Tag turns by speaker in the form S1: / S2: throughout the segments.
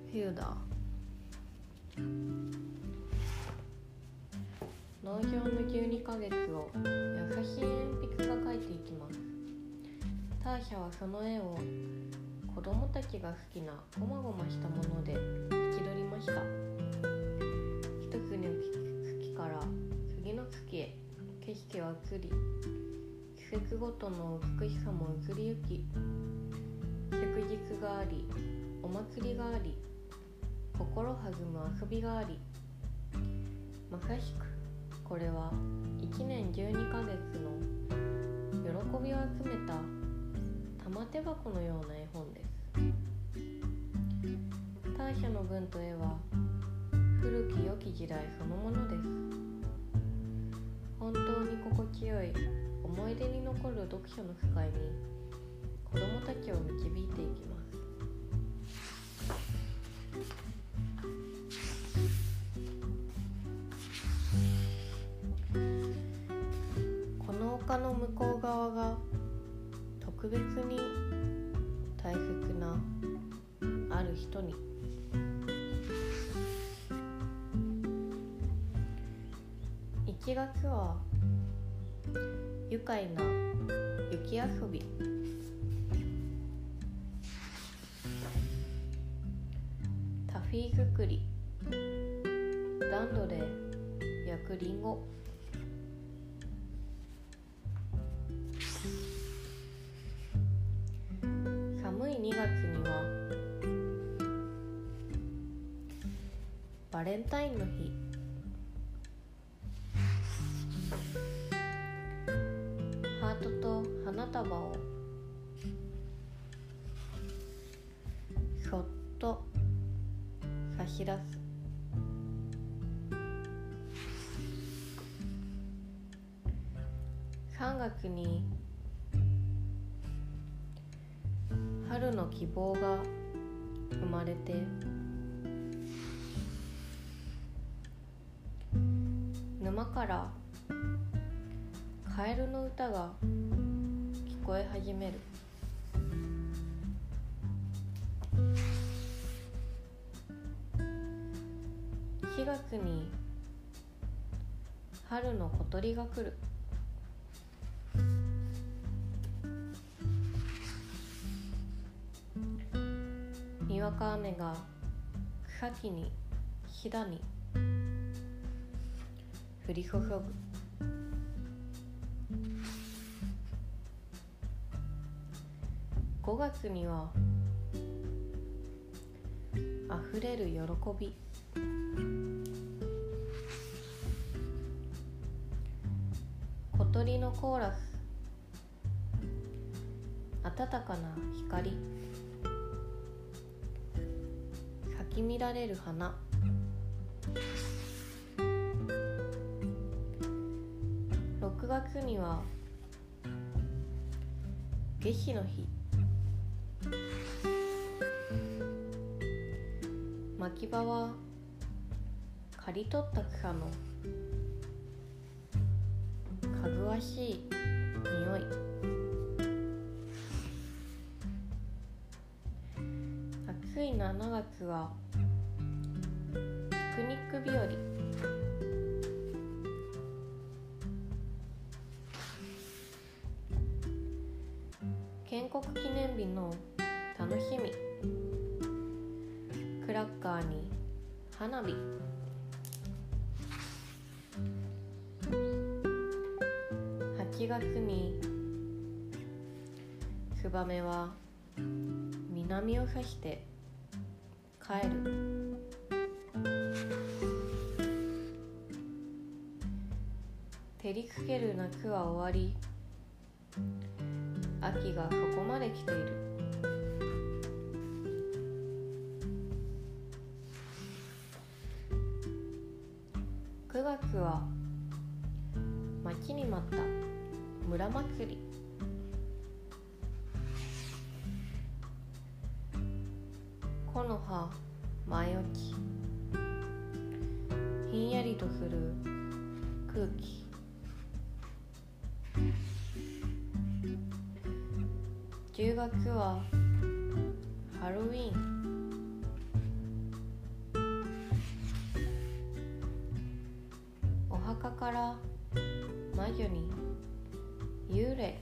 S1: 冬だ。農業の12ヶ月を優しい鉛筆が描いていきます。ターシャはその絵を子供たちが好きなごまごましたもので縁取りました。一つの月から次の月へ景色は移り、季節ごとの美しさも移りゆき、祝日があり、お祭りがあり、心弾む遊びがあり、まさしくこれは1年12ヶ月の喜びを集めた玉手箱のような絵本です。ターシャの文と絵は古き良き時代そのものです。本当に心地よい思い出に残る読書の世界に子供たちを導いていきます。この丘の向こう側が特別に大切なある人に。1月は愉快な雪遊び、タフィー作り、暖炉で焼くリンゴ、寒い2月にはバレンタインの日、ハートと花束をそっと差し出す。3月に春の希望が生まれて、沼からカエルの歌が聞こえ始める。4月に春の小鳥が来る。にわか雨が草木にひだに降り注ぐ。5月にはあふれる喜び。小鳥のコーラス、暖かな光、咲き乱れる花。6月には夏至の日、牧場は刈り取った草のかぐわしい匂い。暑い7月はピクニック日和。建国記念日の楽しみ、クラッカーに花火。8月にツバメは南を指して帰る。照りつける夏は終わり、秋がそこまで来ている。9月は待ちに待った村祭り。木の葉舞い落ち、ひんやりとする空気。10月はハロウィーン。 中から魔女に幽霊、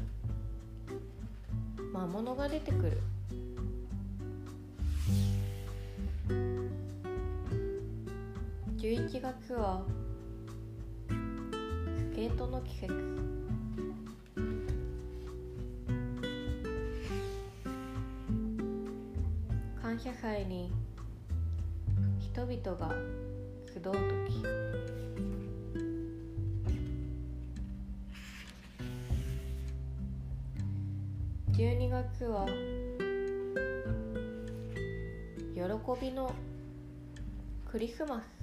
S1: 魔物が出てくる。11月はスケートの季節。感謝祭に人々が集うとき、12月は喜びのクリスマス。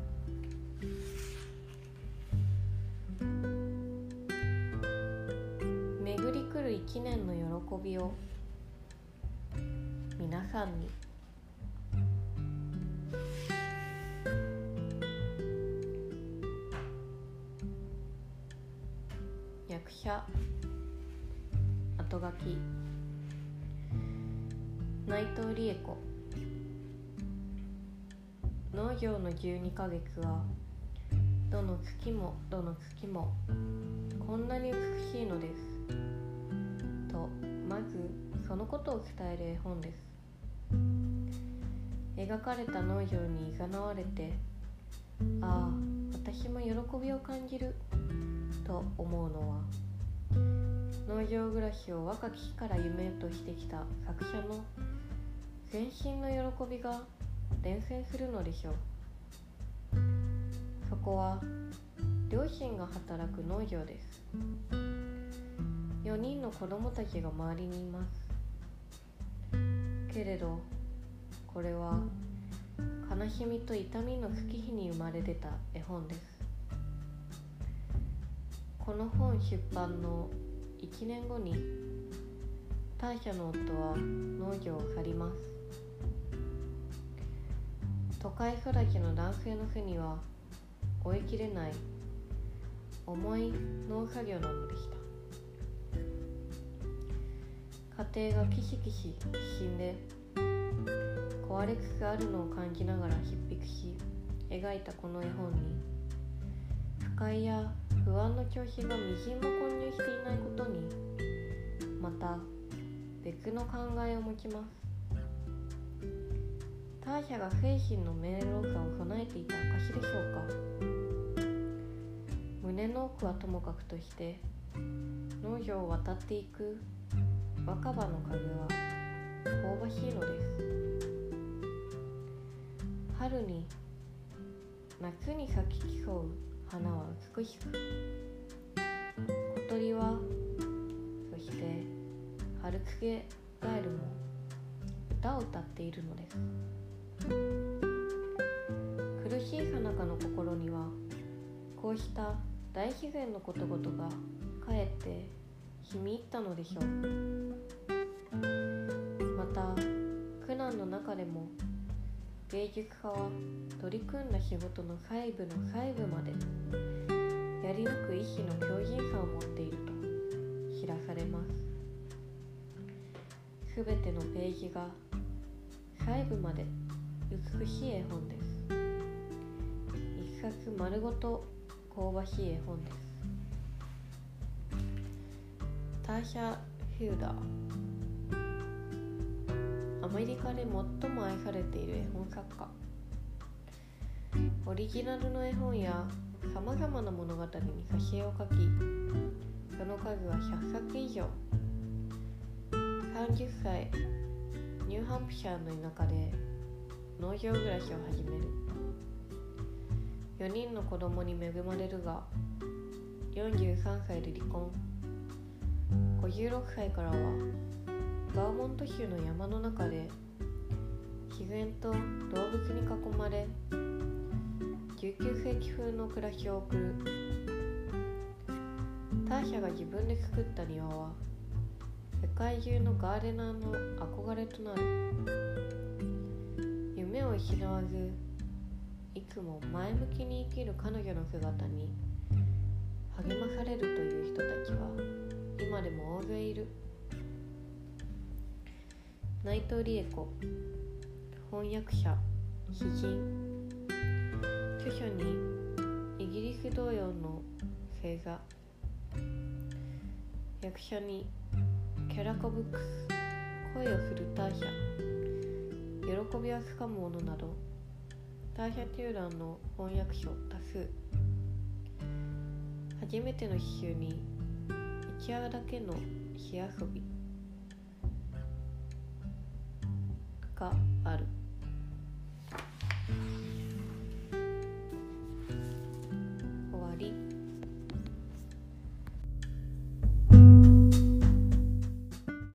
S1: 巡り来る一年の喜びを皆さんに。役者後書き内藤理恵子。農業の12ヶ月はどの月もどの月もこんなに美しいのですと、まずそのことを伝える絵本です。描かれた農業にいざなわれて、ああ私も喜びを感じると思うのは、農業暮らしを若き日から夢としてきた作者の全身の喜びが伝染するのでしょう。そこは両親が働く農業です。4人の子供たちが周りにいます。けれどこれは悲しみと痛みの月日に生まれ出た絵本です。この本出版の1年後にターシャの夫は農業を去ります。都会育ちの男性の背には追い切れない重い農作業なのでした。家庭がキシキシ死んで壊れつつあるのを感じながら執筆し描いたこの絵本に、不快や不安の調子がみじんも混入していないことに、また別の考えを持ちます。ターシャが精神の明朗さを備えていた証でしょうか。胸の奥はともかくとして、農業を渡っていく若葉の風は香ばしいのです。春に夏に咲き競う花は美しく、小鳥は、そして春告げガエルも歌を歌っているのです。苦しいさなかの心には、こうした大自然のことごとがかえって染み入ったのでしょう。また苦難の中でも芸術家は取り組んだ仕事の細部の細部までやり抜く意志の強靭さを持っていると知らされます。すべてのページが細部まで美しい絵本です。一冊丸ごと香ばしい絵本です。ターシャ・フューダー。アメリカで最も愛されている絵本作家。オリジナルの絵本やさまざまな物語に挿絵を描き、その数は100作以上。30歳、ニューハンプシャーの田舎で農業暮らしを始める。4人の子供に恵まれるが、43歳で離婚。56歳からはバーモント州の山の中で自然と動物に囲まれ、19世紀風の暮らしを送る。ターシャが自分で作った庭は世界中のガーデナーの憧れとなる。夢を失わず、いつも前向きに生きる彼女の姿に励まされるという人たちは今でも大勢いる。内藤理恵子。翻訳者、詩人。著書にイイギリス童謡の星座、役者にキャラコブックス、声をするターシャ、喜びをつかむものなど、ターシャ・テューランの翻訳書多数。初めての詩集に一夜だけの火遊びがある。